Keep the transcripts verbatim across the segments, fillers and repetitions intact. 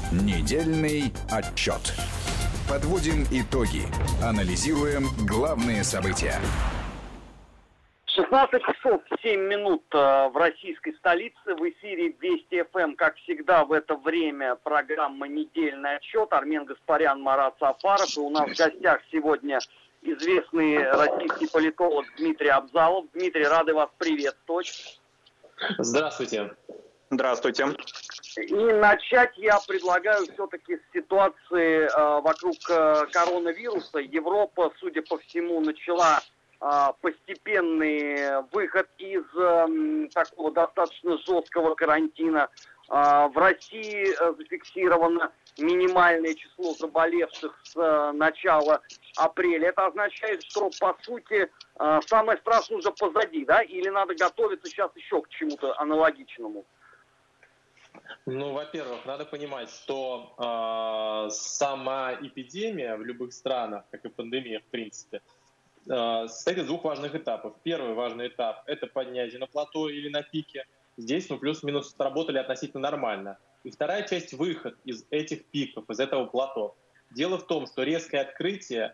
Недельный отчет. Подводим итоги. Анализируем главные события. шестнадцать часов семь минут в российской столице. В эфире Вести эф эм, как всегда, в это время программа «Недельный отчет». Армен Гаспарян, Марат Сафаров. И у нас в гостях сегодня известный российский политолог Дмитрий Абзалов. Дмитрий, рады вас приветствовать. Здравствуйте. Здравствуйте. И начать я предлагаю все-таки с ситуации э, вокруг э, коронавируса. Европа, судя по всему, начала э, постепенный выход из э, такого достаточно жесткого карантина. Э, в России э, зафиксировано минимальное число заболевших с э, начала апреля. Это означает, что, по сути, э, самое страшное уже позади, да? Или надо готовиться сейчас еще к чему-то аналогичному? Ну, во-первых, надо понимать, что э, сама эпидемия в любых странах, как и пандемия, в принципе, э, состоит из двух важных этапов. Первый важный этап – это поднятие на плато или на пике. Здесь мы плюс-минус сработали относительно нормально. И вторая часть – выход из этих пиков, из этого плато. Дело в том, что резкое открытие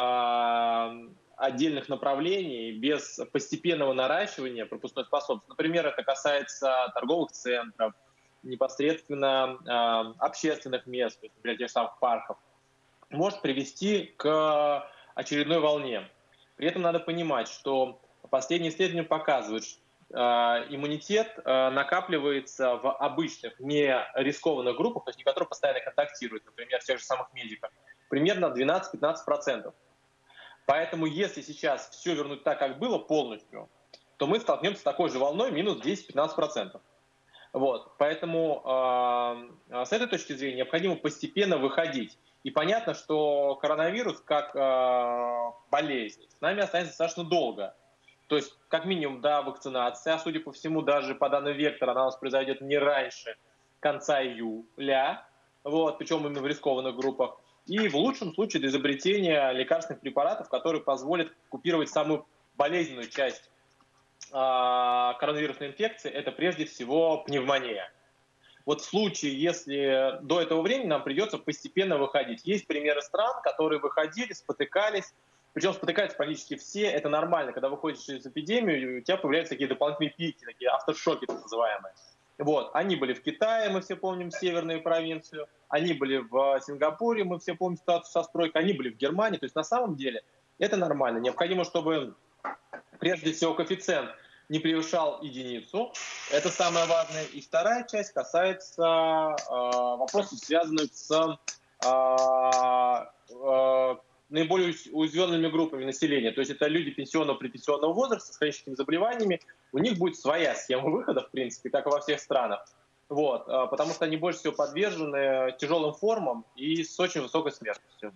э, отдельных направлений без постепенного наращивания пропускной способности, например, это касается торговых центров, непосредственно э, общественных мест, например, тех самых парков, может привести к очередной волне. При этом надо понимать, что последние исследования показывают, что э, иммунитет э, накапливается в обычных, не рискованных группах, то есть не которые постоянно контактируют, например, тех же самых медиков, примерно двенадцать-пятнадцать процентов. Поэтому если сейчас все вернуть так, как было, полностью, то мы столкнемся с такой же волной минус десять-пятнадцать процентов. Вот, поэтому э, с этой точки зрения необходимо постепенно выходить. И понятно, что коронавирус как э, болезнь с нами останется достаточно долго. То есть как минимум до вакцинации, а судя по всему даже по данным Вектора она у нас произойдет не раньше конца июля, вот, причем именно в рискованных группах. И в лучшем случае до изобретения лекарственных препаратов, которые позволят купировать самую болезненную часть коронавирусной инфекции, это прежде всего пневмония. Вот в случае, если до этого времени нам придется постепенно выходить. Есть примеры стран, которые выходили, спотыкались, причем спотыкаются практически все, это нормально, когда выходишь через эпидемию, у тебя появляются такие дополнительные пики, такие автошоки так называемые. Вот. Они были в Китае, мы все помним северную провинцию, они были в Сингапуре, мы все помним ситуацию со стройкой, они были в Германии, то есть на самом деле это нормально. Необходимо, чтобы прежде всего коэффициент не превышал единицу, это самое важное. И вторая часть касается э, вопросов, связанных с э, э, наиболее уязвленными группами населения. То есть это люди пенсионного, предпенсионного возраста с хроническими заболеваниями. У них будет своя схема выхода, в принципе, как и во всех странах. Вот, э, потому что они больше всего подвержены тяжелым формам и с очень высокой смертностью.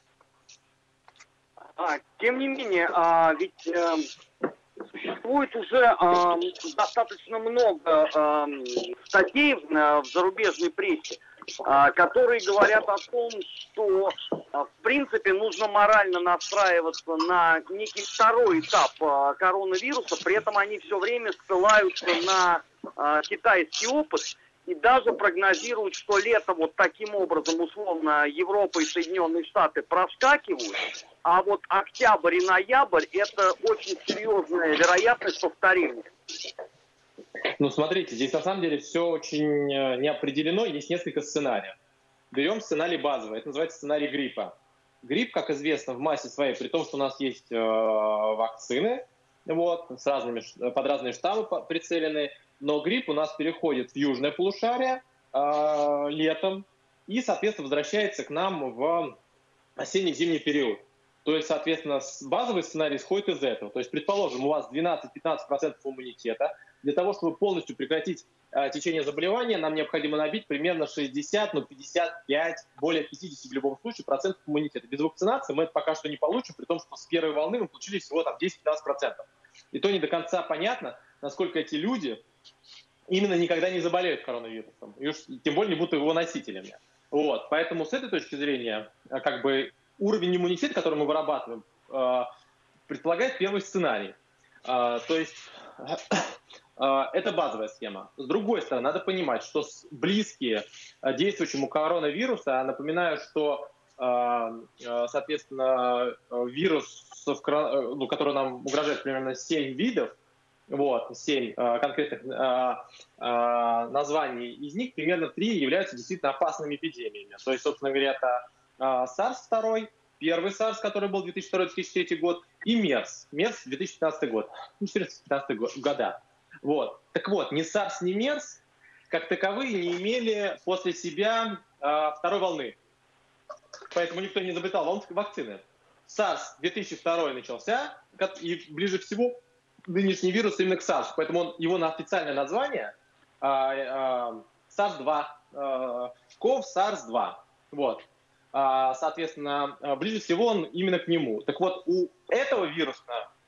А, тем не менее, а, ведь э, существует уже э, достаточно много э, статей э, в зарубежной прессе, э, которые говорят о том, что э, в принципе нужно морально настраиваться на некий второй этап э, коронавируса, при этом они все время ссылаются на э, китайский опыт. И даже прогнозируют, что лето вот таким образом, условно, Европа и Соединенные Штаты проскакивают, а вот октябрь и ноябрь – это очень серьезная вероятность повторения. Ну, смотрите, здесь на самом деле все очень не определено, есть несколько сценариев. Берем сценарий базовый, это называется сценарий гриппа. Грипп, как известно, в массе своей, при том, что у нас есть э, вакцины, вот, с разными, под разные штаммы прицеленные, но грипп у нас переходит в южное полушарие э, летом и, соответственно, возвращается к нам в осенне-зимний период. То есть, соответственно, базовый сценарий исходит из этого. То есть, предположим, у вас двенадцать-пятнадцать процентов иммунитета. Для того, чтобы полностью прекратить э, течение заболевания, нам необходимо набить примерно шестьдесят, ну, пятьдесят пять, более пятьдесят в любом случае процентов иммунитета. Без вакцинации мы это пока что не получим, при том, что с первой волны мы получили всего там десять-пятнадцать процентов. И то не до конца понятно, насколько эти люди именно никогда не заболеют коронавирусом, и уж тем более не будут его носителями. Вот. Поэтому с этой точки зрения, как бы, уровень иммунитета, который мы вырабатываем, предполагает первый сценарий. То есть Это базовая схема. С другой стороны, надо понимать, что близкие действующему коронавируса, напоминаю, что, соответственно, вирус, ну, который нам угрожает, примерно семь видов, вот, семь конкретных названий, из них примерно три являются действительно опасными эпидемиями. То есть, собственно говоря, это SARS два, первый SARS, который был две тысячи второй — две тысячи третий год, и MERS, MERS две тысячи пятнадцатый год, ну, четырнадцатый — пятнадцатый года. Вот. Так вот, ни SARS, ни MERS как таковые не имели после себя э, второй волны. Поэтому никто не изобретал вакцины. SARS две тысячи второй начался, и ближе всего нынешний вирус именно к SARS. Поэтому он, его на официальное название э, э, SARS два, э, ков SARS два. Вот. Э, соответственно, ближе всего он именно к нему. Так вот, у этого вируса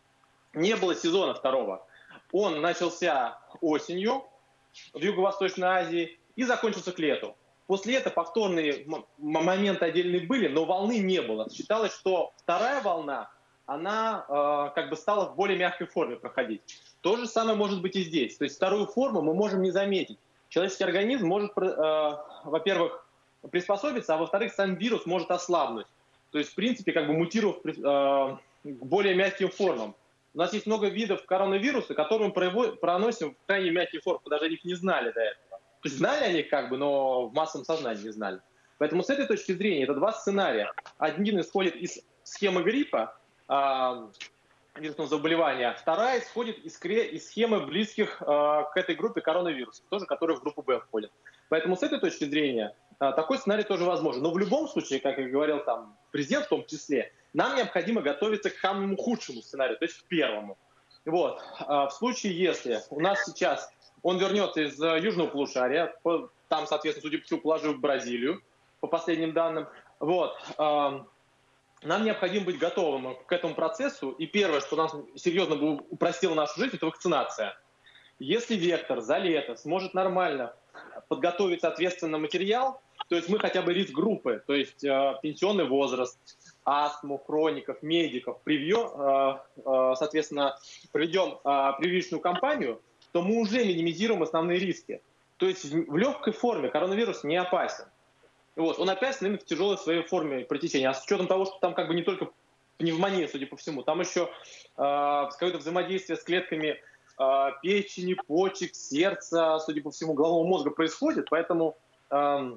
не было сезона второго. Он начался осенью в Юго-Восточной Азии и закончился к лету. После этого повторные моменты отдельные были, но волны не было. Считалось, что вторая волна, она э, как бы стала в более мягкой форме проходить. То же самое может быть и здесь. То есть вторую форму мы можем не заметить. Человеческий организм может, э, во-первых, приспособиться, а во-вторых, сам вирус может ослабнуть. То есть, в принципе, как бы мутировав э, к более мягким формам. У нас есть много видов коронавируса, которые мы проносим в крайне мягкий форм, даже о них не знали до этого. То есть знали о них как бы, но в массовом сознании не знали. Поэтому с этой точки зрения это два сценария. Один исходит из схемы гриппа, э, вирусного заболевания, вторая исходит из, из схемы близких э, к этой группе коронавирусов, тоже которые в группу Б входят. Поэтому с этой точки зрения э, такой сценарий тоже возможен. Но в любом случае, как и говорил там президент в том числе, нам необходимо готовиться к самому худшему сценарию, то есть к первому. Вот. В случае, если у нас сейчас он вернется из южного полушария, там, соответственно, судя по всему, положил в Бразилию, по последним данным, вот, нам необходимо быть готовым к этому процессу. И первое, что нам серьезно бы упростило нашу жизнь, это вакцинация. Если вектор за лето сможет нормально подготовить, соответственно, материал, то есть мы хотя бы риск группы, то есть э, пенсионный возраст, астму, хроников, медиков, привьем, э, э, соответственно, проведем э, прививочную кампанию, то мы уже минимизируем основные риски. То есть в, в легкой форме коронавирус не опасен. Вот, он опасен именно в тяжелой своей форме протечения. А с учетом того, что там как бы не только пневмония, судя по всему, там еще э, какое-то взаимодействие с клетками э, печени, почек, сердца, судя по всему, головного мозга происходит, поэтому э,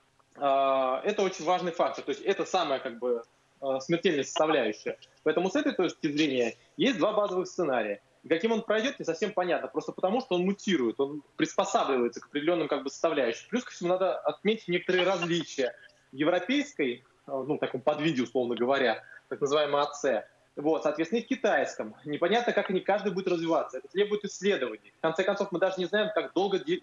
это очень важный фактор. То есть это самая как бы смертельная составляющая. Поэтому с этой точки зрения есть два базовых сценария. И каким он пройдет, не совсем понятно. Просто потому, что он мутирует, он приспосабливается к определенным как бы составляющим. Плюс ко всему надо отметить некоторые различия европейской, ну, таком подвиде, условно говоря, так называемой АЦ. Вот, соответственно, и в китайском. Непонятно, как они каждый будет развиваться. Это требует исследований. В конце концов, мы даже не знаем, как долго э,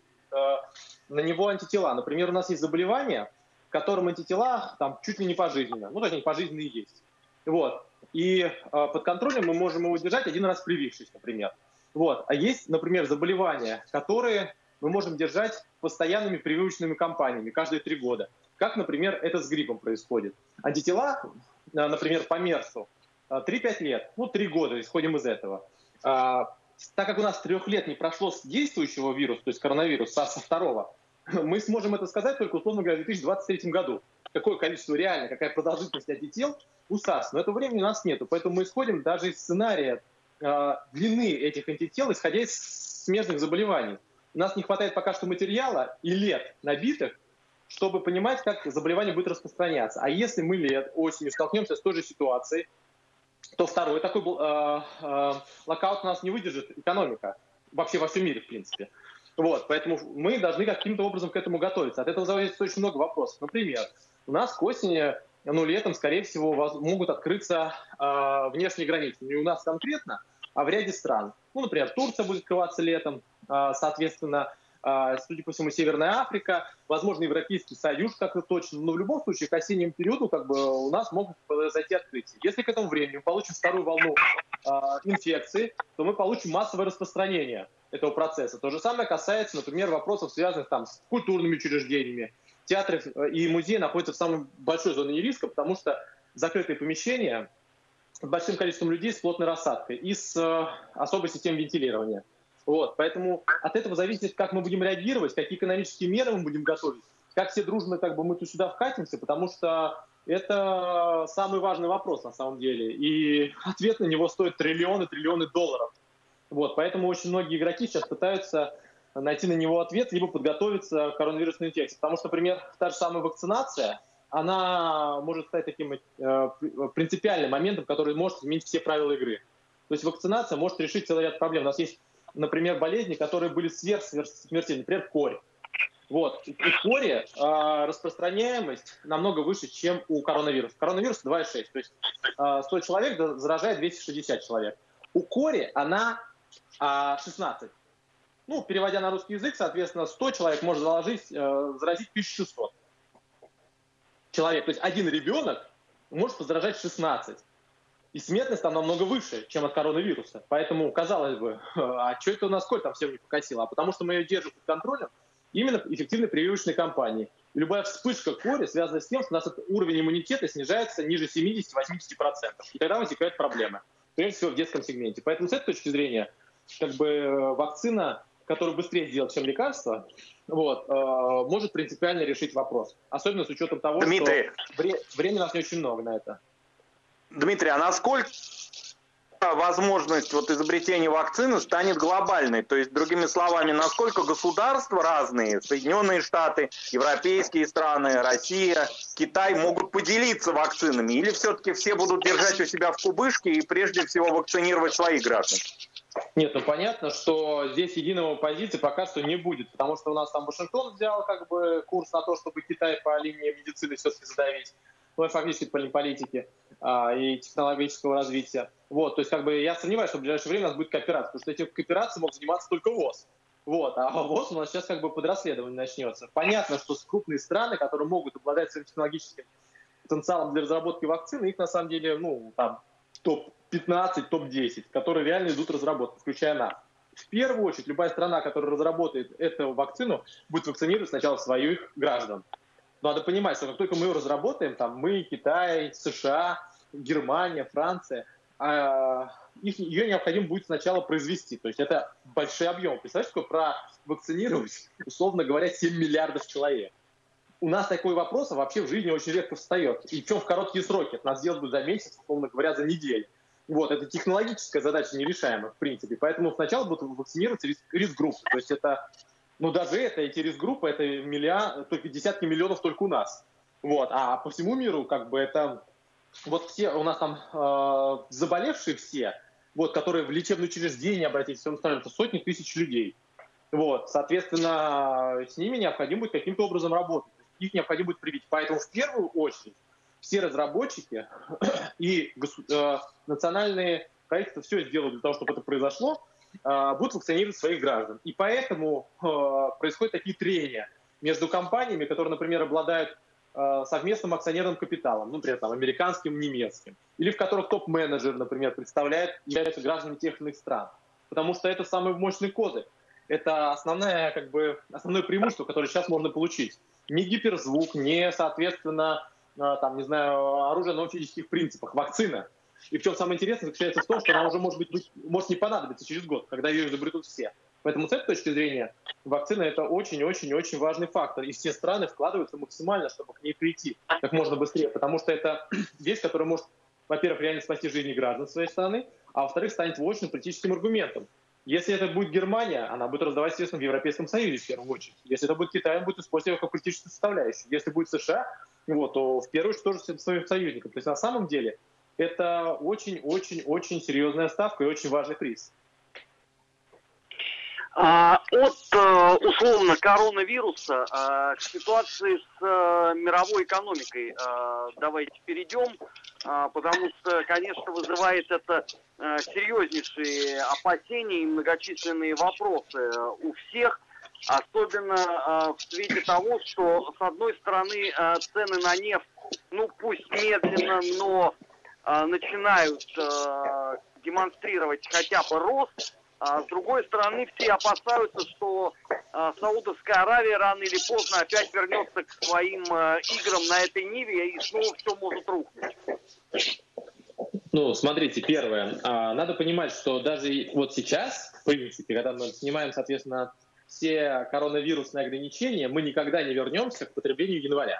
на него антитела. Например, у нас есть заболевания, которым антитела там чуть ли не пожизненно. Ну, точнее, пожизненно и есть. Вот. И э, под контролем мы можем его держать один раз привившись, например. Вот. А есть, например, заболевания, которые мы можем держать постоянными прививочными кампаниями каждые три года. Как, например, это с гриппом происходит. Антитела, э, например, по мерсу, э, три-пять лет, ну, три года, исходим из этого. Э, так как у нас трех лет не прошло с действующего вируса, то есть коронавирус SARS два, мы сможем это сказать только, условно говоря, в две тысячи двадцать третьем году. Какое количество реально, какая продолжительность антител у SARS. Но этого времени у нас нету. Поэтому мы исходим даже из сценария э, длины этих антител, исходя из смежных заболеваний. У нас не хватает пока что материала и лет набитых, чтобы понимать, как заболевание будет распространяться. А если мы лет, осенью столкнемся с той же ситуацией, то второй такой э, э, локаут у нас не выдержит экономика. Вообще во всем мире, в принципе. Вот, поэтому мы должны каким-то образом к этому готовиться. От этого зависит очень много вопросов. Например, у нас к осени, ну, летом, скорее всего, могут открыться э, внешние границы. Не у нас конкретно, а в ряде стран. Ну, например, Турция будет открываться летом, э, соответственно, э, судя по всему, Северная Африка, возможно, Европейский Союз как-то точно. Но в любом случае, к осеннему периоду как бы, у нас могут произойти открытия. Если к этому времени мы получим вторую волну э, инфекции, то мы получим массовое распространение этого процесса. То же самое касается, например, вопросов, связанных там, с культурными учреждениями. Театры и музеи находятся в самой большой зоне риска, потому что закрытые помещения с большим количеством людей, с плотной рассадкой и с э, особой системой вентилирования. Вот, поэтому от этого зависит, как мы будем реагировать, какие экономические меры мы будем готовить, как все дружно как бы мы тут сюда вкатимся, потому что это самый важный вопрос на самом деле. И ответ на него стоит триллионы, триллионы долларов. Вот, поэтому очень многие игроки сейчас пытаются найти на него ответ, либо подготовиться к коронавирусной инфекции. Потому что, например, та же самая вакцинация, она может стать таким э, принципиальным моментом, который может изменить все правила игры. То есть вакцинация может решить целый ряд проблем. У нас есть, например, болезни, которые были сверхсмертельны, например, корь. Вот. У кори э, распространяемость намного выше, чем у коронавируса. Коронавирус два и шесть, то есть э, сто человек заражает двести шестьдесят человек. У кори она э, шестнадцать. Ну, переводя на русский язык, соответственно, сто человек может заложить, э, заразить тысячу шестьсот человек. То есть один ребенок может заражать шестнадцать. И смертность там намного выше, чем от коронавируса. Поэтому, казалось бы, а что это у нас коль там всем не покосило? А потому что мы ее держим под контролем именно эффективной прививочной кампании. И любая вспышка кори связана с тем, что у нас этот уровень иммунитета снижается ниже семьдесят-восемьдесят процентов. И тогда возникают проблемы. Прежде всего в детском сегменте. Поэтому с этой точки зрения как бы вакцина, которую быстрее сделать, чем лекарство, вот, э, может принципиально решить вопрос. Особенно с учетом того, Дмитрий, что вре- времени у нас не очень много на это. Дмитрий, а насколько возможность вот изобретения вакцины станет глобальной? То есть, другими словами, насколько государства разные, Соединенные Штаты, европейские страны, Россия, Китай могут поделиться вакцинами? Или все-таки все будут держать у себя в кубышке и прежде всего вакцинировать своих граждан? Нет, ну понятно, что здесь единого позиции пока что не будет, потому что у нас там Вашингтон взял как бы курс на то, чтобы Китай по линии медицины все-таки задавить, ну и фактически по линии политики а, и технологического развития. Вот, то есть как бы я сомневаюсь, что в ближайшее время у нас будет кооперация, потому что этим кооперацией мог заниматься только ВОЗ. Вот, а ВОЗ у нас сейчас как бы под расследование начнется. Понятно, что крупные страны, которые могут обладать своим технологическим потенциалом для разработки вакцины, их на самом деле, ну, там, топ пятнадцать, топ десять, которые реально идут разработки, включая нас. В первую очередь, любая страна, которая разработает эту вакцину, будет вакцинировать сначала своих граждан. Надо понимать, что как только мы ее разработаем, там мы, Китай, США, Германия, Франция, э, их, ее необходимо будет сначала произвести. То есть это большой объем. Представляешь, сколько провакцинировать, условно говоря, семь миллиардов человек. У нас такой вопрос вообще в жизни очень редко встает. И причем в короткие сроки. Это нас сделать будет за месяц, условно говоря, за неделю. Вот, это технологическая задача нерешаемая, в принципе. Поэтому сначала будут вакцинировать риск, риск-группы. То есть это, ну даже это, эти риск-группы, это миллиард, только десятки миллионов только у нас. Вот, а по всему миру, как бы это, вот все, у нас там э, заболевшие все, вот, которые в лечебные учреждения обратились, все это сотни тысяч людей. Вот, соответственно, с ними необходимо будет каким-то образом работать. Их необходимо будет привить. Поэтому в первую очередь все разработчики и э, национальные правительства все сделают для того, чтобы это произошло, э, будут вакцинировать своих граждан. И поэтому э, происходят такие трения между компаниями, которые, например, обладают э, совместным акционерным капиталом, ну, например, там, американским, немецким, или в которых топ-менеджер, например, представляет, являются гражданами тех или иных стран. Потому что это самый мощный козырь. Это основное, как бы, основное преимущество, которое сейчас можно получить. Не гиперзвук, не, соответственно, там, не знаю, оружие на физических принципах, вакцина. И причем самое интересное заключается в том, что она уже может быть, может не понадобиться через год, когда ее изобретут все. Поэтому с этой точки зрения вакцина — это очень-очень-очень важный фактор. И все страны вкладываются максимально, чтобы к ней прийти как можно быстрее. Потому что это вещь, которая может, во-первых, реально спасти жизни граждан своей страны, а во-вторых, станет важным политическим аргументом. Если это будет Германия, она будет раздавать, естественно, в Европейском Союзе в первую очередь. Если это будет Китай, он будет использовать как политическую составляющую. Если будет США, вот, то в первую очередь тоже своим союзникам. То есть на самом деле это очень-очень-очень серьезная ставка и очень важный приз. А, от условно коронавируса а, к ситуации с а, мировой экономикой а, давайте перейдем, а, потому что, конечно, вызывает это а, серьезнейшие опасения и многочисленные вопросы у всех, особенно а, в свете того, что с одной стороны а, цены на нефть, ну пусть медленно, но а, начинают а, демонстрировать хотя бы рост. А с другой стороны, все опасаются, что а, Саудовская Аравия рано или поздно опять вернется к своим а, играм на этой ниве, и снова все может рухнуть. Ну, смотрите, первое. Надо понимать, что даже вот сейчас, в принципе, когда мы снимаем, соответственно, все коронавирусные ограничения, мы никогда не вернемся к потреблению января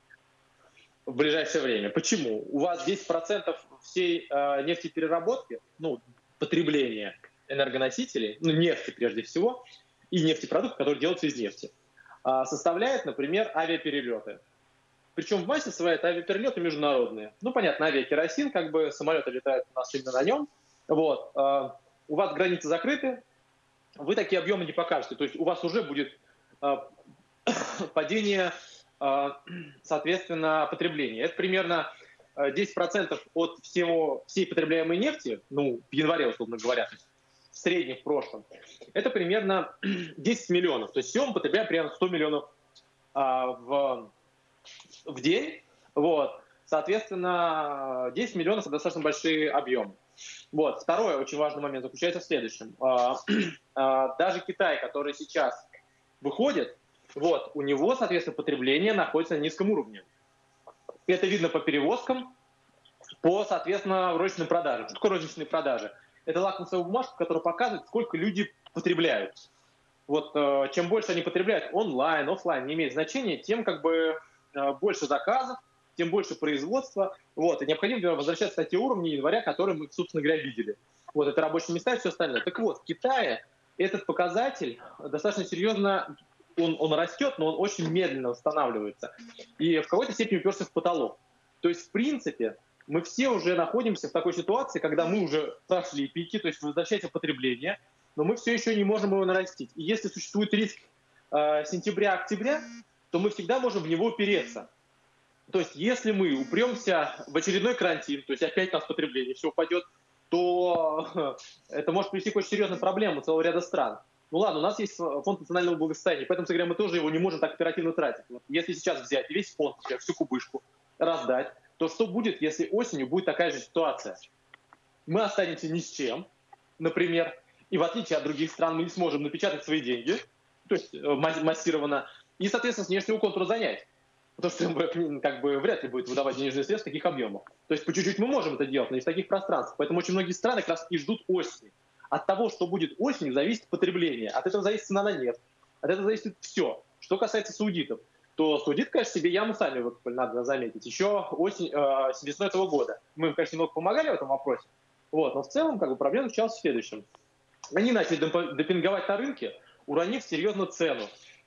в ближайшее время. Почему? У вас десять процентов всей э, нефтепереработки, ну, потребления энергоносителей, ну, нефти прежде всего, и нефтепродуктов, которые делаются из нефти, э, составляет, например, авиаперелеты. Причем в массе своей это авиаперелеты международные. Ну, понятно, авиакеросин, как бы самолеты летают у нас именно на нем. Вот. Э, у вас границы закрыты, вы такие объемы не покажете. То есть у вас уже будет э, падение, э, соответственно, потребления. Это примерно десять процентов от всего, всей потребляемой нефти, ну, в январе, условно говоря, то есть в среднем в прошлом. Это примерно десять миллионов. То есть всего мы потребляем примерно сто миллионов э, в, в день. Вот. Соответственно, десять миллионов – это достаточно большие объемы. Вот. Второй очень важный момент заключается в следующем. Даже Китай, который сейчас выходит, вот, у него, соответственно, потребление находится на низком уровне. Это видно по перевозкам, по, соответственно, розничным продажам. Что такое розничные продажи? Это лакмусовая бумажка, которая показывает, сколько люди потребляют. Вот, чем больше они потребляют онлайн, офлайн, не имеет значения, тем как бы больше заказов, тем больше производства. Вот, и необходимо возвращаться на те уровни января, которые мы, собственно говоря, видели. Вот, это рабочие места и все остальное. Так вот, в Китае этот показатель достаточно серьезно, он, он растет, но он очень медленно восстанавливается. И в какой-то степени уперся в потолок. То есть, в принципе, мы все уже находимся в такой ситуации, когда мы уже прошли пики, то есть возвращается потребление, но мы все еще не можем его нарастить. И если существует риск э, сентября-октября, то мы всегда можем в него упереться. То есть если мы упремся в очередной карантин, то есть опять у нас потребление все упадет, то это может привести к очень серьезным проблемам у целого ряда стран. Ну ладно, у нас есть фонд национального благосостояния, поэтому, говоря, мы тоже его не можем так оперативно тратить. Вот если сейчас взять весь фонд, всю кубышку, раздать, то что будет, если осенью будет такая же ситуация? Мы останемся ни с чем, например, и в отличие от других стран мы не сможем напечатать свои деньги, то есть массированно, и, соответственно, с внешнего контура занять. Потому что МВФ как бы вряд ли будет выдавать денежные средства в таких объемах. То есть по чуть-чуть мы можем это делать, но не в таких пространствах. Поэтому очень многие страны как раз и ждут осени. От того, что будет осенью, зависит потребление. От этого зависит цена на нефть. От этого зависит все. Что касается саудитов, то саудиты, конечно, себе яму сами выкопали, надо заметить. Еще осень, э, весной этого года. Мы им, конечно, немного помогали в этом вопросе. Вот. Но в целом как бы, проблема заключалась в следующем. Они начали демпинговать на рынке, уронив серьезно цену.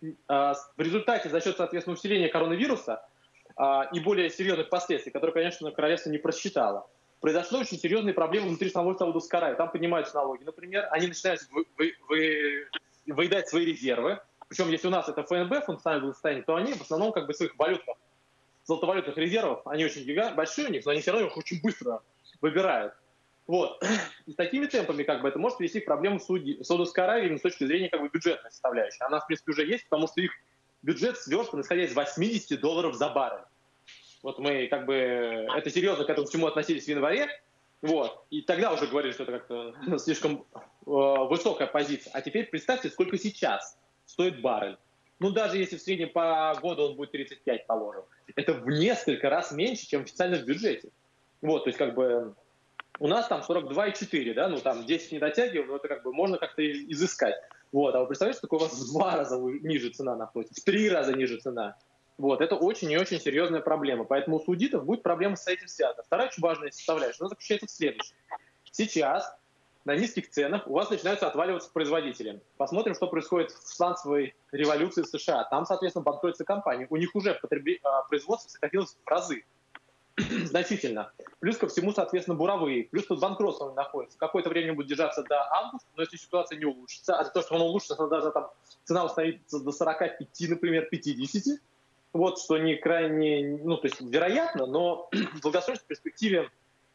В результате, за счет, соответственно, усиления коронавируса а, и более серьезных последствий, которые, конечно, королевство не просчитало, произошли очень серьезные проблемы внутри самой Саудовской Аравии. Там поднимаются налоги, например, они начинают вы, вы, вы, выедать свои резервы. Причем, если у нас это ФНБ, фонд национального благосостояния, то они в основном как бы своих валютных, золотовалютных резервов, они очень гигант, большие у них, но они все равно их очень быстро выбирают. Вот. И с такими темпами как бы это может привести к проблемам в Саудовской Аравии именно с точки зрения как бы бюджетной составляющей. Она, в принципе, уже есть, потому что их бюджет сверстан, исходя из восемьдесят долларов за баррель. Вот мы как бы это серьезно к этому всему относились в январе. Вот. И тогда уже говорили, что это как-то слишком э, высокая позиция. А теперь представьте, сколько сейчас стоит баррель. Ну, даже если в среднем по году он будет тридцать пять положен. Это в несколько раз меньше, чем официально в бюджете. Вот, то есть как бы... У нас там сорок два и четыре, да, ну там десять не дотягиваем, но это как бы можно как-то изыскать. Вот, а вы представляете, что такое у вас в два раза ниже цена находится, в три раза ниже цена. Вот, это очень и очень серьезная проблема. Поэтому у саудитов будет проблема с этим связана. Вторая очень важная составляющая, она заключается в следующем. Сейчас на низких ценах у вас начинаются отваливаться производители. Посмотрим, что происходит в сланцевой революции в США. Там, соответственно, банкротятся компании. У них уже потреб... производство сократилось в разы. Значительно. Плюс ко всему, соответственно, буровые. Плюс под банкротством находится. Какое-то время будет держаться до августа, но если ситуация не улучшится, а за то, что она улучшится, она даже там цена установится до сорока пяти, например, пятидесяти. Вот, что не крайне, ну, то есть вероятно, но в долгосрочной перспективе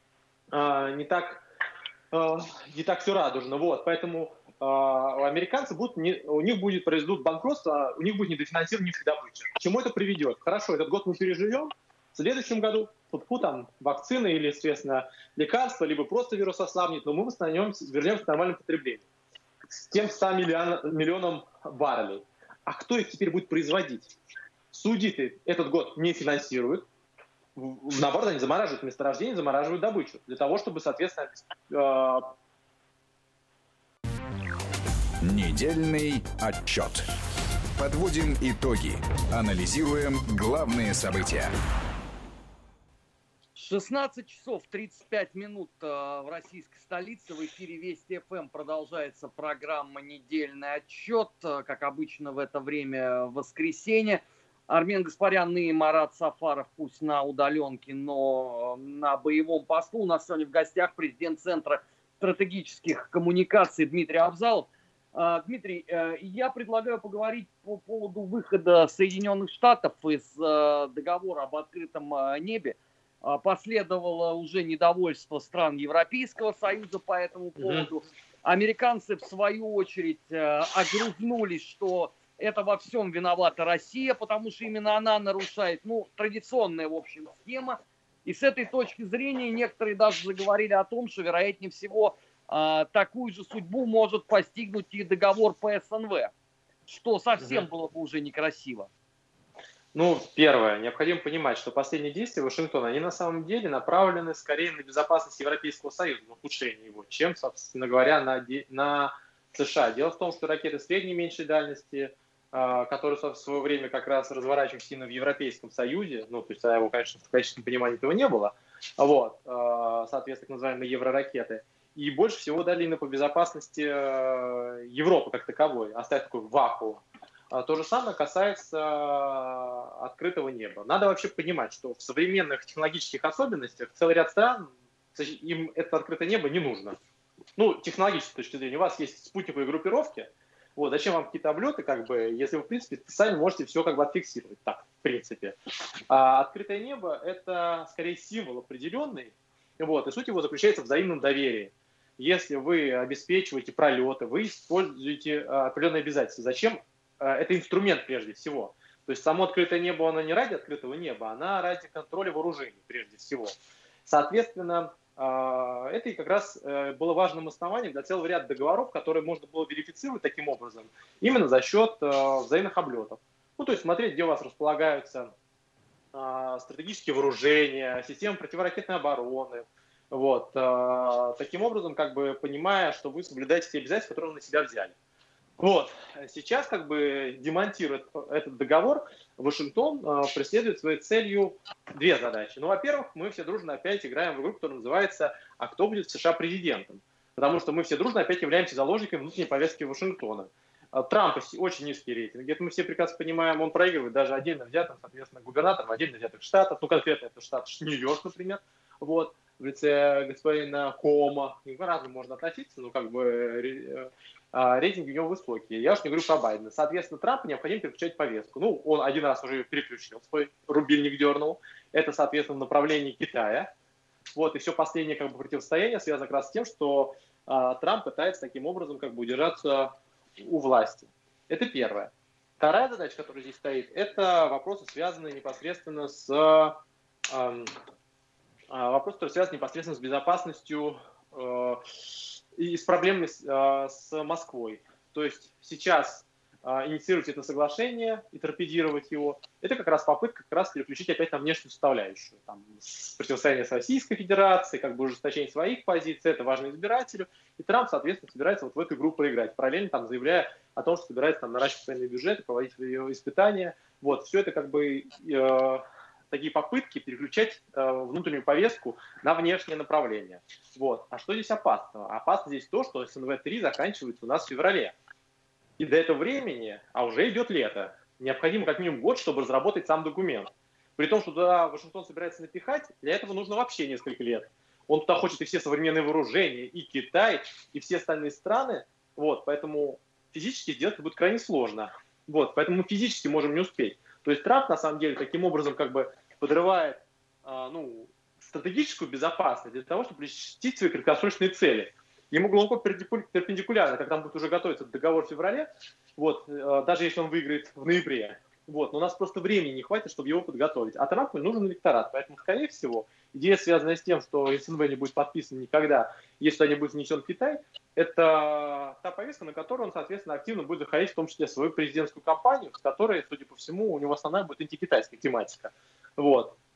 э, не так, э, не так все радужно. Вот, поэтому э, американцы будут, не, у них будет произойдут банкротство, у них будет недофинансирование нефтедобычи. К чему это приведет? Хорошо, этот год мы переживем. В следующем году фу-фу, там вакцины или, соответственно, лекарства, либо просто вирус ослабнет, но мы восстановимся, вернемся к нормальному потреблению. С тем ста миллион, миллионам баррелей. А кто их теперь будет производить? Саудиты этот год не финансируют. наоборот, они замораживают месторождение, замораживают добычу, для того, чтобы, соответственно... Э... Недельный отчет. Подводим итоги. Анализируем главные события. шестнадцать часов тридцать пять минут в российской столице. В эфире Вести эф эм продолжается программа «Недельный отчет». Как обычно в это время воскресенье. Армен Гаспарян и Марат Сафаров, пусть на удаленке, но на боевом посту. У нас сегодня в гостях президент Центра стратегических коммуникаций Дмитрий Авзалов. Дмитрий, я предлагаю поговорить по поводу выхода Соединенных Штатов из договора об открытом небе. Последовало уже недовольство стран Европейского Союза по этому поводу. Американцы, в свою очередь, огрызнулись, что это во всем виновата Россия, потому что именно она нарушает, ну, традиционная, в общем, схема. И с этой точки зрения некоторые даже заговорили о том, что, вероятнее всего, такую же судьбу может постигнуть и договор по эс эн вэ, что совсем было бы уже некрасиво. Ну, первое, необходимо понимать, что последние действия Вашингтона, они на самом деле направлены скорее на безопасность Европейского Союза, на ухудшение его, чем, собственно говоря, на, на США. Дело в том, что ракеты средней и меньшей дальности, которые, собственно, в свое время как раз разворачивались именно в Европейском Союзе, ну, то есть, его, конечно, в качественном понимании этого не было, вот, соответственно, так называемые евроракеты, и больше всего дали именно по безопасности Европы как таковой, оставив такой вакуум. То же самое касается открытого неба. Надо вообще понимать, что в современных технологических особенностях целый ряд стран, им это открытое небо не нужно. Ну, технологической точки зрения. У вас есть спутниковые группировки, вот, зачем вам какие-то облеты, как бы, если вы, в принципе, сами можете все как бы отфиксировать. Так, в принципе. А открытое небо – это, скорее, символ определенный, вот, и суть его заключается в взаимном доверии. Если вы обеспечиваете пролеты, вы используете определенные обязательства. Зачем? Это инструмент прежде всего. То есть само открытое небо, оно не ради открытого неба, она ради контроля вооружений прежде всего. Соответственно, это и как раз было важным основанием для целого ряда договоров, которые можно было верифицировать таким образом, именно за счет взаимных облетов. Ну, то есть смотреть, где у вас располагаются стратегические вооружения, системы противоракетной обороны. Вот. Таким образом, как бы понимая, что вы соблюдаете те обязательства, которые вы на себя взяли. Вот. Сейчас, как бы демонтируя этот договор, Вашингтон э, преследует своей целью две задачи. Ну, во-первых, мы все дружно опять играем в игру, которая называется «А кто будет в США президентом?». Потому что мы все дружно опять являемся заложниками внутренней повестки Вашингтона. Трампа очень низкий рейтинг. Это мы все прекрасно понимаем, он проигрывает даже отдельно взятым, соответственно, губернаторам отдельно взятых штатов. Ну, конкретно это штат Нью-Йорк, например. Вот. В лице господина Кома. К разному можно относиться, но как бы рейтинги у него высокие. Я уж не говорю про Байдена. Соответственно, Трампу необходимо переключать повестку. Ну, он один раз уже переключил, свой рубильник дернул. Это, соответственно, в направлении Китая. Вот, и все последнее как бы противостояние связано как раз с тем, что а, Трамп пытается таким образом как бы удержаться у власти. Это первое. Вторая задача, которая здесь стоит, это вопросы, связанные непосредственно с... А, Вопрос, который связан непосредственно с безопасностью э, и с проблемами с, э, с Москвой. То есть сейчас э, инициировать это соглашение и торпедировать его, это как раз попытка как раз переключить опять на внешнюю составляющую. Там, противостояние с Российской Федерацией, как бы ужесточение своих позиций, это важно избирателю. И Трамп, соответственно, собирается вот в эту игру поиграть, параллельно там, заявляя о том, что собирается там, наращивать военные бюджеты, проводить испытания. Вот, все это как бы... Э, такие попытки переключать э, внутреннюю повестку на внешнее направление. Вот. А что здесь опасного? Опасно здесь то, что эс эн вэ три заканчивается у нас в феврале. И до этого времени, а уже идет лето, необходимо как минимум год, чтобы разработать сам документ. При том, что туда Вашингтон собирается напихать, для этого нужно вообще несколько лет. Он туда хочет и все современные вооружения, и Китай, и все остальные страны. Вот. Поэтому физически сделать это будет крайне сложно. Вот. Поэтому мы физически можем не успеть. То есть Трамп, на самом деле, таким образом как бы подрывает а, ну, стратегическую безопасность для того, чтобы защитить свои краткосрочные цели. Ему глубоко перпендикулярно, как там будет уже готовиться договор в феврале, вот, а, даже если он выиграет в ноябре. Вот, но у нас просто времени не хватит, чтобы его подготовить. А Трампу нужен электорат. Поэтому, скорее всего, идея, связанная с тем, что эс эн вэ не будет подписан никогда, если они будут внесен в Китай, это та повестка, на которую он, соответственно, активно будет заходить, в том числе в свою президентскую кампанию, с которой, судя по всему, у него основная будет антикитайская тематика. Вот.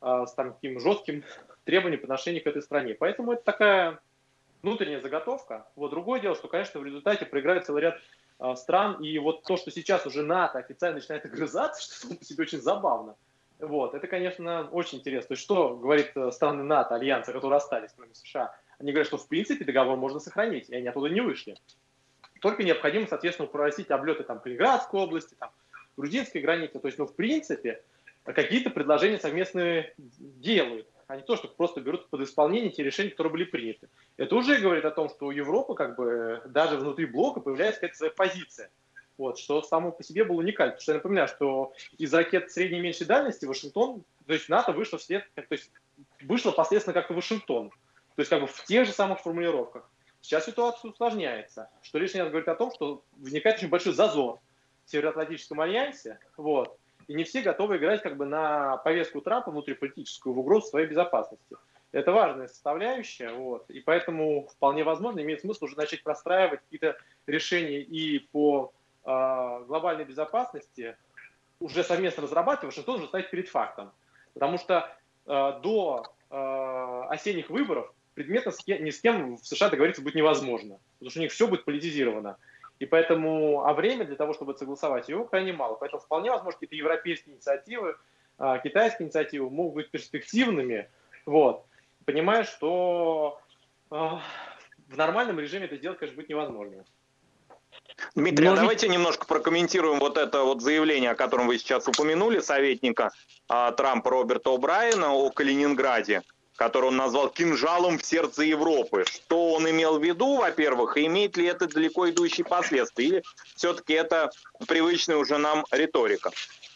с таким жестким требованием по отношению к этой стране. Поэтому это такая внутренняя заготовка. Вот другое дело, что, конечно, в результате проиграет целый ряд э, стран, и вот то, что сейчас уже НАТО официально начинает огрызаться, что само по себе очень забавно, вот, это, конечно, очень интересно. То есть что говорит э, страны НАТО, альянса, которые остались, кроме США? Они говорят, что в принципе договор можно сохранить, и они оттуда не вышли. Только необходимо, соответственно, упростить облеты там, Калининградской области, там, грузинской границы. То есть, ну, в принципе, какие-то предложения совместные делают, а не то, что просто берут под исполнение те решения, которые были приняты. Это уже говорит о том, что у Европы, как бы, даже внутри блока появляется какая-то своя позиция. Вот, что само по себе было уникально. Потому что я напоминаю, что из ракет средней и меньшей дальности Вашингтон, то есть НАТО вышло вслед, то есть вышло последственно как-то Вашингтон. То есть как бы в тех же самых формулировках. Сейчас ситуация усложняется, что лишний раз говорит о том, что возникает очень большой зазор в Североатлантическом альянсе, вот, и не все готовы играть как бы на повестку Трампа внутриполитическую в угрозу своей безопасности. Это важная составляющая, вот, и поэтому вполне возможно имеет смысл уже начать простраивать какие-то решения и по э, глобальной безопасности, уже совместно разрабатывать, Вашингтон уже ставить перед фактом. Потому что э, до э, осенних выборов предметно с кем, ни с кем в США договориться будет невозможно, потому что у них все будет политизировано. И поэтому, а время для того, чтобы согласовать его, крайне мало. Поэтому вполне возможно, какие-то европейские инициативы, э, китайские инициативы могут быть перспективными, вот, понимая, что э, в нормальном режиме это сделать, конечно, будет невозможно. Дмитрий, Но а ведь... давайте немножко прокомментируем вот это вот заявление, о котором вы сейчас упомянули, советника а, Трампа Роберта О'Брайена о Калининграде, который он назвал кинжалом в сердце Европы. Что он имел в виду, во-первых, и имеет ли это далеко идущие последствия, или все-таки это привычная уже нам риторика?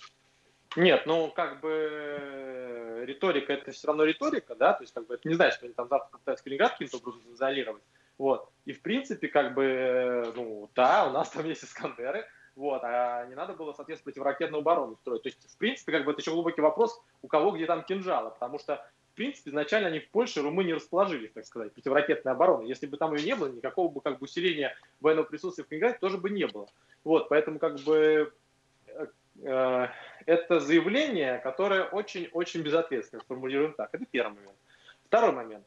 Нет, ну как бы риторика это все равно риторика, да, то есть как бы это не значит, что они там завтра попытаются Калининград каким-то образом изолировать. Вот. И в принципе, как бы, ну да, у нас там есть Искандеры, вот, а не надо было, соответственно, противоракетную оборону строить. То есть, в принципе, как бы это еще глубокий вопрос, у кого где там кинжалы, потому что, в принципе, изначально они в Польше и Румынии расположились, так сказать, противоракетной обороны. Если бы там ее не было, никакого бы как бы усиления военного присутствия в Калининграде тоже бы не было. Вот, поэтому как бы э, это заявление, которое очень-очень безответственно, сформулируем так. Это первый момент. Второй момент.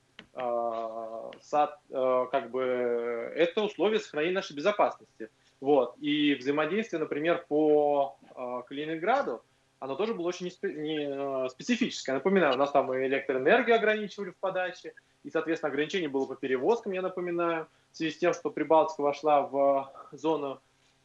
Как бы это условие сохранения нашей безопасности. Вот. И взаимодействие, например, по Калининграду, оно тоже было очень не специфическое. Напоминаю, у нас там и электроэнергию ограничивали в подаче, и, соответственно, ограничение было по перевозкам, я напоминаю, в связи с тем, что Прибалтика вошла в зону,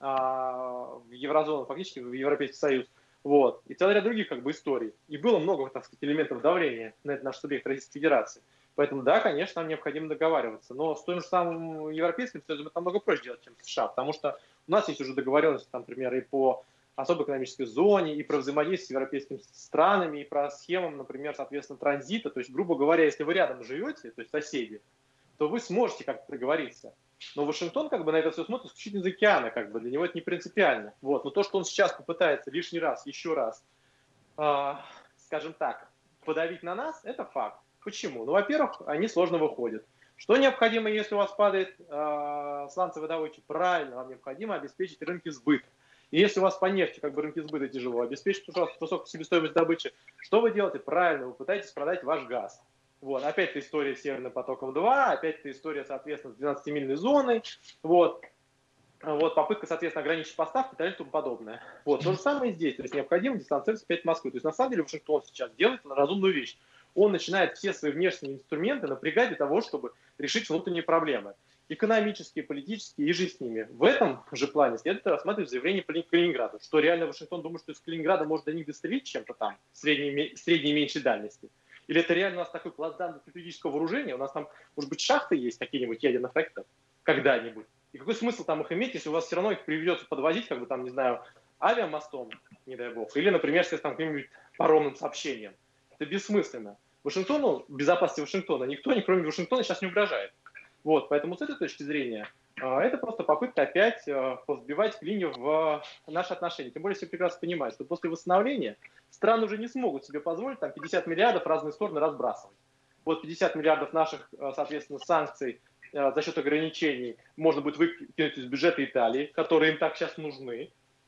в еврозону, фактически в Европейский Союз. Вот. И целый ряд других как бы историй. И было много, так сказать, элементов давления на этот наш субъект Российской Федерации. Поэтому, да, конечно, нам необходимо договариваться. Но с тем же самым Европейским Союзом это намного проще делать, чем с США. Потому что у нас есть уже договоренности, там, например, и по особой экономической зоне, и про взаимодействие с европейскими странами, и про схемам, например, соответственно, транзита. То есть, грубо говоря, если вы рядом живете, то есть соседи, то вы сможете как-то договориться. Но Вашингтон как бы на это все смотрит исключительно из океана, как бы для него это не принципиально. Вот. Но то, что он сейчас попытается лишний раз, еще раз, э, скажем так, подавить на нас, это факт. Почему? Ну, во-первых, они сложно выходят. Что необходимо, если у вас падает э, сланцевый добыча? Правильно, вам необходимо обеспечить рынки сбыта. И если у вас по нефти как бы рынки сбыта тяжело, обеспечить высокую себестоимость добычи, что вы делаете? Правильно, вы пытаетесь продать ваш газ. Вот. Опять-то история с Северным потоком-два, опять-то история, соответственно, с двенадцатимильной зоной. Вот. Вот, попытка, соответственно, ограничить поставки и так далее и тому подобное. Вот. То же самое и здесь. То есть необходимо дистанцироваться опять в Москву. То есть на самом деле Вашингтон сейчас делает разумную вещь. Он начинает все свои внешние инструменты напрягать для того, чтобы решить внутренние проблемы. Экономические, политические и же с ними. В этом же плане следует рассматривать заявление по Калининграду. Что реально Вашингтон думает, что из Калининграда может до них дострелить чем-то там, средней, средней и меньшей дальности. Или это реально у нас такой плацдарм для стратегического вооружения? У нас там, может быть, шахты есть какие-нибудь ядерных ракетов? Когда-нибудь. И какой смысл там их иметь, если у вас все равно их придется подвозить, как бы там, не знаю, авиамостом, не дай бог, или, например, с там каким-нибудь паромным сообщением. Это бессмысленно. Вашингтону, безопасности Вашингтона, никто, ни кроме Вашингтона, сейчас не угрожает. Вот, поэтому с этой точки зрения это просто попытка опять взбивать клинью в наши отношения. Тем более все прекрасно понимают, что после восстановления страны уже не смогут себе позволить там пятьдесят миллиардов в разные стороны разбрасывать. Вот пятьдесят миллиардов наших, соответственно, санкций за счет ограничений можно будет выкинуть из бюджета Италии, которые им так сейчас нужны.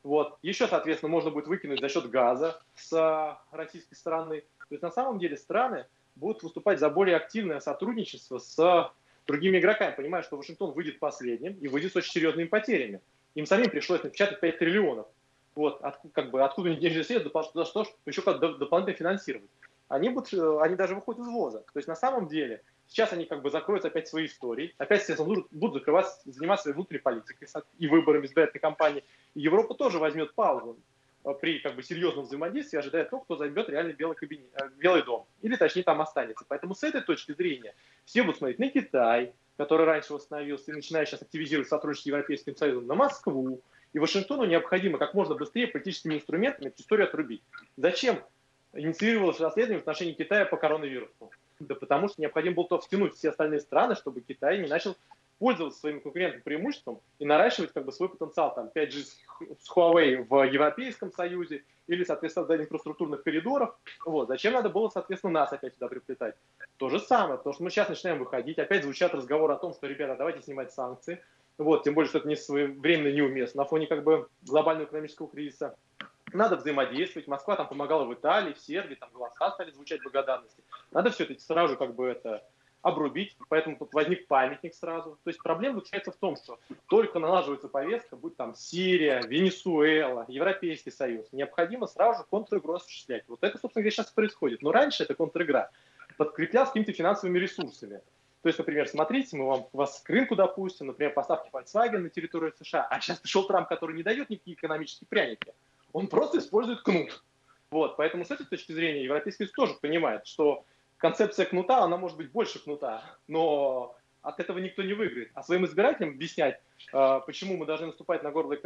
Вот. Еще, соответственно, можно будет выкинуть за счет газа с российской стороны. То есть на самом деле страны будут выступать за более активное сотрудничество с другими игроками, понимая, что Вашингтон выйдет последним и выйдет с очень серьезными потерями. Им самим пришлось напечатать пять триллионов. Вот, от, как бы, откуда они денежные средства, за что, еще как дополнительно финансировать. Они, будут, они даже выходят из ВОЗа. То есть на самом деле сейчас они как бы закроют опять свои истории, опять, естественно, будут закрывать, заниматься своей внутренней политикой и выборами избирательной кампании. И Европа тоже возьмет паузу при как бы серьезном взаимодействии, ожидая того, кто займет реальный белый, кабинет, белый дом. Или точнее там останется. Поэтому с этой точки зрения все будут смотреть на Китай, который раньше восстановился и начинает сейчас активизировать сотрудничество с Европейским Союзом, на Москву. И Вашингтону необходимо как можно быстрее политическими инструментами эту историю отрубить. Зачем инициировалось расследование в отношении Китая по коронавирусу? Да потому что необходимо было то втянуть все остальные страны, чтобы Китай не начал пользоваться своим конкурентным преимуществом и наращивать как бы свой потенциал, там, пять джи с Huawei в Европейском Союзе или, соответственно, создание инфраструктурных коридоров. Вот. Зачем надо было, соответственно, нас опять сюда приплетать? То же самое, потому что мы сейчас начинаем выходить, опять звучат разговоры о том, что, ребята, давайте снимать санкции. Вот, тем более, что это не своевременно, неуместно. На фоне как бы глобального экономического кризиса надо взаимодействовать. Москва там помогала в Италии, в Сербии, там голоса стали звучать благодарности. Надо все это сразу как бы это обрубить, поэтому тут возник памятник сразу. То есть проблема заключается в том, что только налаживается повестка, будь там Сирия, Венесуэла, Европейский Союз, необходимо сразу же контр-игру осуществлять. Вот это, собственно говоря, сейчас происходит. Но раньше эта контр-игра подкреплялась какими-то финансовыми ресурсами. То есть, например, смотрите, мы вам, вас к рынку допустим, например, поставки Volkswagen на территорию США, а сейчас пришел Трамп, который не дает никакие экономические пряники, он просто использует кнут. Вот, поэтому с этой точки зрения Европейский Союз тоже понимает, что концепция кнута, она может быть больше кнута, но от этого никто не выиграет. А своим избирателям объяснять, почему мы должны наступать на горло,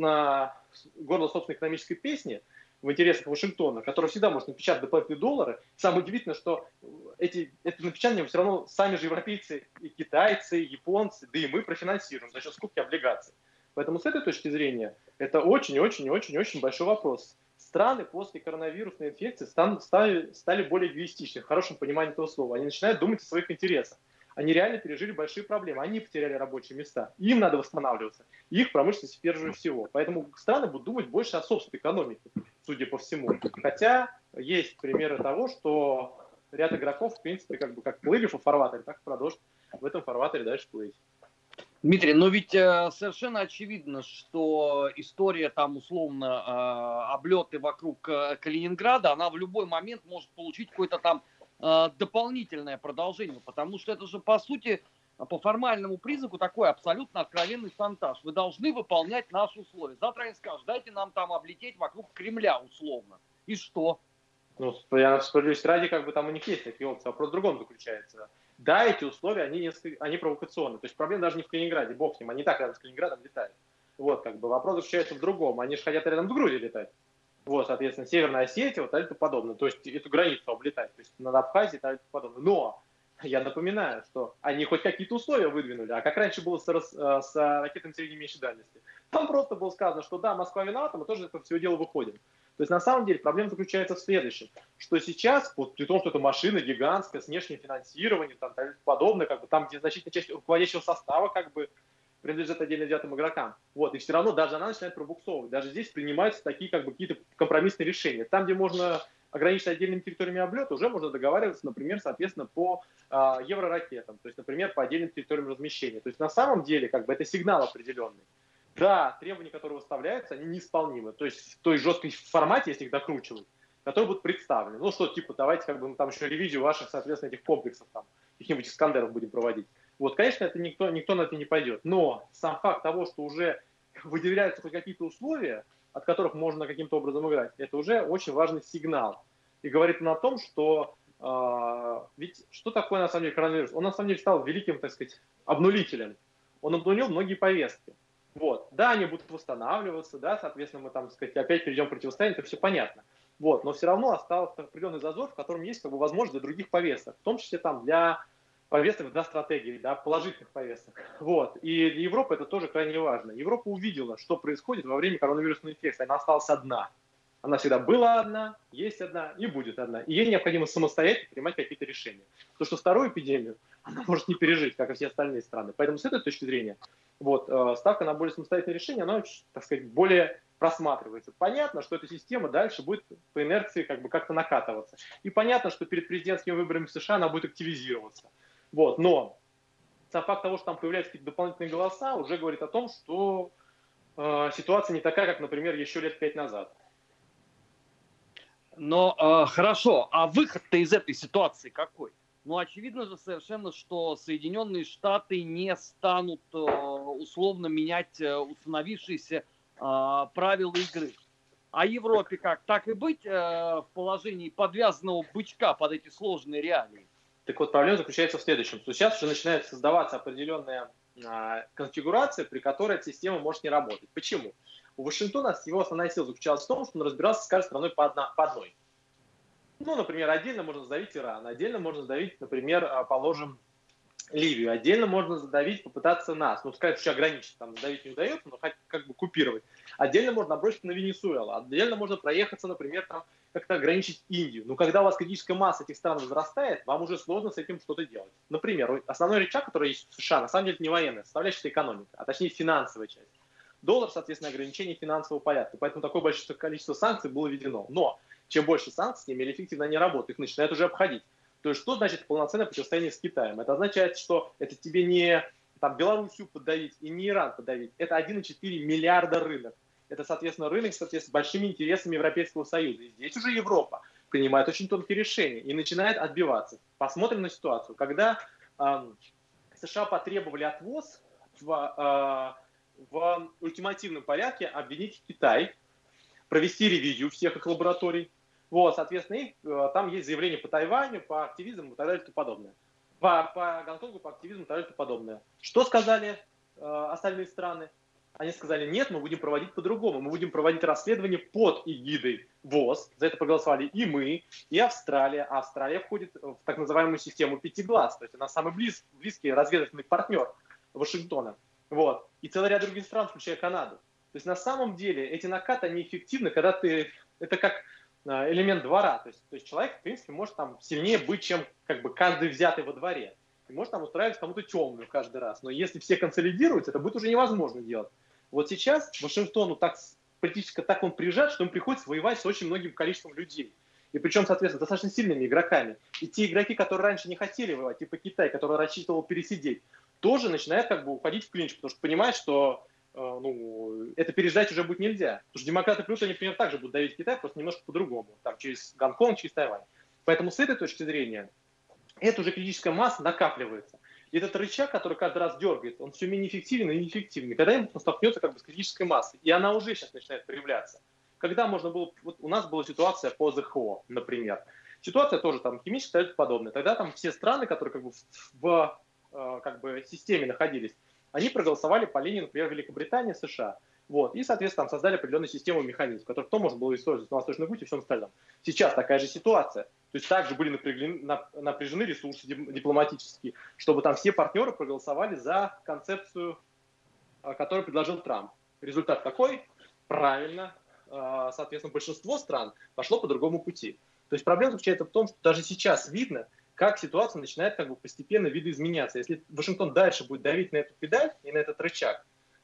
на горло собственной экономической песни, в интересах Вашингтона, который всегда может напечатать дополнительные доллары. Самое удивительное, что эти, это напечатание все равно сами же европейцы, и китайцы, и японцы, да и мы профинансируем за счет скупки облигаций. Поэтому с этой точки зрения это очень-очень-очень-очень большой вопрос. Страны после коронавирусной инфекции стали, стали более эгоистичны, в хорошем понимании этого слова. Они начинают думать о своих интересах. Они реально пережили большие проблемы. Они потеряли рабочие места. Им надо восстанавливаться. Их промышленность прежде всего. Поэтому страны будут думать больше о собственной экономике, судя по всему. Хотя есть примеры того, что ряд игроков, в принципе, как бы как плыли по фарватере, так и продолжат в этом фарватере дальше плыть. Дмитрий, но ведь э, совершенно очевидно, что история там условно э, облеты вокруг э, Калининграда, она в любой момент может получить какое-то там э, дополнительное продолжение, потому что это же по сути по формальному признаку такой абсолютно откровенный шантаж. Вы должны выполнять наши условия. Завтра они скажут, дайте нам там облететь вокруг Кремля условно. И что? Ну, я справедливости ради, как бы там у них есть такие опции. Вопрос в другом заключается. Да, эти условия, они, несколько, они провокационные. То есть проблема даже не в Калининграде, бог с ним, они так рядом с Калининградом летают. Вот, как бы вопрос заключается в другом. Они же хотят рядом с Грузией летать. Вот, соответственно, Северная Осетия, вот это подобное. То есть эту границу облетать. То есть над Абхазией и так подобное. Но я напоминаю, что они хоть какие-то условия выдвинули, а как раньше было с, с ракетами средней и меньшей дальности. Там просто было сказано, что да, Москва виновата, мы тоже из этого всего дела выходим. То есть на самом деле проблема заключается в следующем, что сейчас, вот, при том, что это машина гигантская, с внешним финансированием, там, там подобное, как бы, там, где значительная часть руководящего состава как бы принадлежит отдельно взятым игрокам, вот, и все равно даже она начинает пробуксовывать. Даже здесь принимаются такие как бы какие-то компромиссные решения. Там, где можно ограничить отдельными территориями облета, уже можно договариваться, например, соответственно, по э, евроракетам, то есть, например, по отдельным территориям размещения. То есть на самом деле как бы это сигнал определенный. Да, требования, которые выставляются, они неисполнимы. То есть в той жесткой формате, если их докручивают, которые будут представлены. Ну что, типа, давайте как бы мы там еще ревизию ваших, соответственно, этих комплексов, там, каких-нибудь Искандеров будем проводить. Вот, конечно, это никто, никто на это не пойдет. Но сам факт того, что уже выделяются хоть какие-то условия, от которых можно каким-то образом играть, это уже очень важный сигнал. И говорит он о том, что э, ведь что такое на самом деле коронавирус? Он на самом деле стал великим, так сказать, обнулителем. Он обнулил многие повестки. Вот. Да, они будут восстанавливаться, да, соответственно, мы там, так сказать, опять перейдем к противостоянию, это все понятно. Вот. Но все равно остался определенный зазор, в котором есть как бы, возможность для других повесток, в том числе там, для повесток, для стратегии, да, положительных повесток. Вот. И для Европы это тоже крайне важно. Европа увидела, что происходит во время коронавирусной инфекции. Она осталась одна. Она всегда была одна, есть одна и будет одна. И ей необходимо самостоятельно принимать какие-то решения. То, что вторую эпидемию она может не пережить, как и все остальные страны. Поэтому с этой точки зрения вот, ставка на более самостоятельное решение, она, так сказать, более просматривается. Понятно, что эта система дальше будет по инерции как бы как-то накатываться. И понятно, что перед президентскими выборами в США она будет активизироваться. Вот. Но сам факт того, что там появляются какие-то дополнительные голоса, уже говорит о том, что э, ситуация не такая, как, например, еще лет пять назад. Но э, хорошо, а выход-то из этой ситуации какой? Ну, очевидно же совершенно, что Соединенные Штаты не станут э, условно менять э, установившиеся э, правила игры. А Европе как? Так и быть э, в положении подвязанного бычка под эти сложные реалии? Так вот, проблема заключается в следующем. Что сейчас уже начинает создаваться определенная э, конфигурация, при которой эта система может не работать. Почему? У Вашингтона его основная сила заключалась в том, что он разбирался с каждой страной по, одна, по одной. Ну, например, отдельно можно задавить Иран, отдельно можно задавить, например, положим, Ливию, отдельно можно задавить, попытаться нас. Ну, сказать, что ограничить, там, задавить не удается, но хоть как бы купировать. Отдельно можно набросить на Венесуэлу, отдельно можно проехаться, например, там, как-то ограничить Индию. Но когда у вас критическая масса этих стран возрастает, вам уже сложно с этим что-то делать. Например, основной рычаг, который есть в США, на самом деле не военная, составляющая экономика, а точнее финансовая часть. Доллар, соответственно, ограничение финансового порядка. Поэтому такое большое количество санкций было введено. Но чем больше санкций, тем более эффективно они работают. Их начинают уже обходить. То есть что значит полноценное противостояние с Китаем? Это означает, что это тебе не там, Белоруссию подавить и не Иран подавить. Это один целых четыре миллиарда рынок. Это, соответственно, рынок соответственно, с большими интересами Европейского Союза. И здесь уже Европа принимает очень тонкие решения и начинает отбиваться. Посмотрим на ситуацию. Когда э, США потребовали отвоз в... Э, в ультимативном порядке обвинить Китай, провести ревизию всех их лабораторий. Вот, соответственно, их, там есть заявления по Тайваню, по активизму и так далее и тому подобное. По, по Гонконгу, по активизму и так далее и тому подобное. Что сказали э, остальные страны? Они сказали, нет, мы будем проводить по-другому. Мы будем проводить расследование под эгидой ВОЗ. За это проголосовали и мы, и Австралия. А Австралия входит в так называемую систему пяти глаз. То есть она самый близ, близкий разведывательный партнер Вашингтона. Вот. И целый ряд других стран, включая Канаду. То есть на самом деле эти накаты, они эффективны, когда ты... Это как элемент двора. То есть, то есть человек, в принципе, может там сильнее быть, чем как бы каждый взятый во дворе. И может там устраивать кому-то темную каждый раз. Но если все консолидируются, это будет уже невозможно делать. Вот сейчас Вашингтону так, политически так он прижат, что им приходится воевать с очень многим количеством людей. И причем, соответственно, достаточно сильными игроками. И те игроки, которые раньше не хотели воевать, типа Китай, который рассчитывал пересидеть, тоже начинает как бы уходить в клинч, потому что понимает, что э, ну, это переждать уже будет нельзя. Потому что демократы плюс, они, например, также будут давить Китай, просто немножко по-другому, там, через Гонконг, через Тайвань. Поэтому с этой точки зрения, эта уже критическая масса накапливается. И этот рычаг, который каждый раз дергает, он все менее эффективен и неэффективен. Когда-нибудь он столкнется как бы с критической массой. И она уже сейчас начинает проявляться. Когда можно было... Вот у нас была ситуация по ЗХО, например. Ситуация тоже там химическая и подобная. Тогда там все страны, которые как бы в... как бы системе находились, они проголосовали по линии, например, Великобритании, США. Вот. И, соответственно, там создали определенную систему механизмов, который кто можно было использовать на Восточном пути и всем остальном. Сейчас такая же ситуация. То есть также были напряжены, напряжены ресурсы дипломатические, чтобы там все партнеры проголосовали за концепцию, которую предложил Трамп. Результат какой? Правильно. Соответственно, большинство стран пошло по другому пути. То есть проблема заключается в том, что даже сейчас видно, как ситуация начинает как бы постепенно видоизменяться. Если Вашингтон дальше будет давить на эту педаль и на этот рычаг,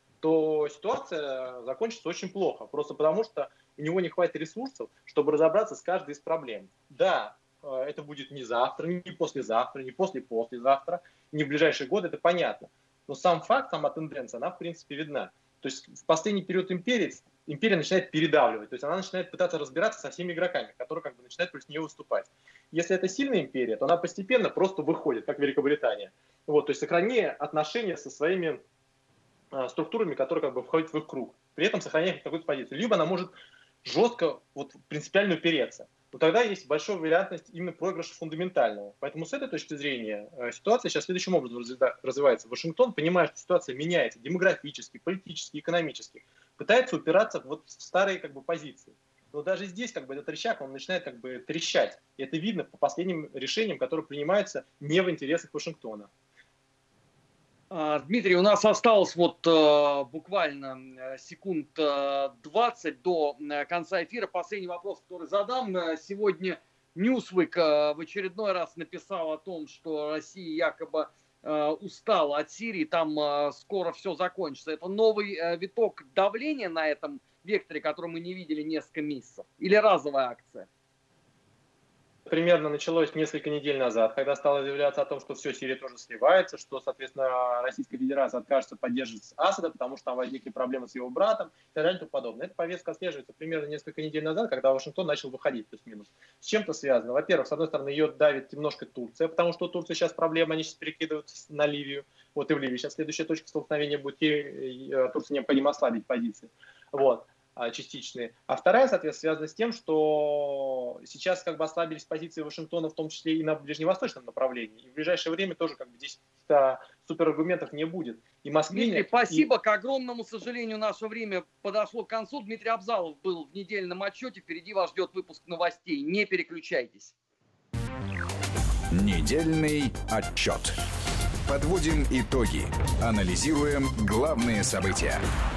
то ситуация закончится очень плохо. Просто потому, что у него не хватит ресурсов, чтобы разобраться с каждой из проблем. Да, это будет не завтра, не послезавтра, не после-послезавтра, не в ближайшие годы, это понятно. Но сам факт, сама тенденция, она в принципе видна. То есть в последний период империи империя начинает передавливать, то есть она начинает пытаться разбираться со всеми игроками, которые как бы начинают против нее выступать. Если это сильная империя, то она постепенно просто выходит, как Великобритания. Вот, то есть сохраняя отношения со своими э, структурами, которые как бы входят в их круг, при этом сохраняя какую-то позицию. Либо она может жестко, вот, принципиально упереться. Но тогда есть большая вероятность именно проигрыша фундаментального. Поэтому с этой точки зрения э, ситуация сейчас следующим образом развивается. Вашингтон, понимая, что ситуация меняется демографически, политически, экономически, пытается упираться вот в старые как бы позиции. Но даже здесь как бы этот рычаг, он начинает как бы трещать. И это видно по последним решениям, которые принимаются не в интересах Вашингтона. Дмитрий, у нас осталось вот буквально секунд двадцать до конца эфира. Последний вопрос, который задам. Сегодня Newsweek в очередной раз написал о том, что Россия якобы устала от Сирии, там скоро все закончится. Это новый виток давления на этом векторе, который мы не видели несколько месяцев? Или разовая акция? Примерно началось несколько недель назад, когда стало заявляться о том, что все, Сирия тоже сливается, что, соответственно, Российская Федерация откажется поддерживать Асада, потому что там возникли проблемы с его братом и так далее и тому подобное. Эта повестка отслеживается примерно несколько недель назад, когда Вашингтон начал выходить плюс-минус. С чем-то связано. Во-первых, с одной стороны, ее давит немножко Турция, потому что у Турции сейчас проблемы, они сейчас перекидываются на Ливию. Вот и в Ливии сейчас следующая точка столкновения будет, и Турции необходимо ослабить позиции. Вот. Частичные. А вторая, соответственно, связана с тем, что сейчас как бы ослабились позиции Вашингтона, в том числе и на ближневосточном направлении. И в ближайшее время тоже как бы здесь супераргументов не будет. И Москве... Дмитрий, спасибо. И... К огромному сожалению, наше время подошло к концу. Дмитрий Абзалов был в недельном отчете. Впереди вас ждет выпуск новостей. Не переключайтесь. Недельный отчет. Подводим итоги. Анализируем главные события.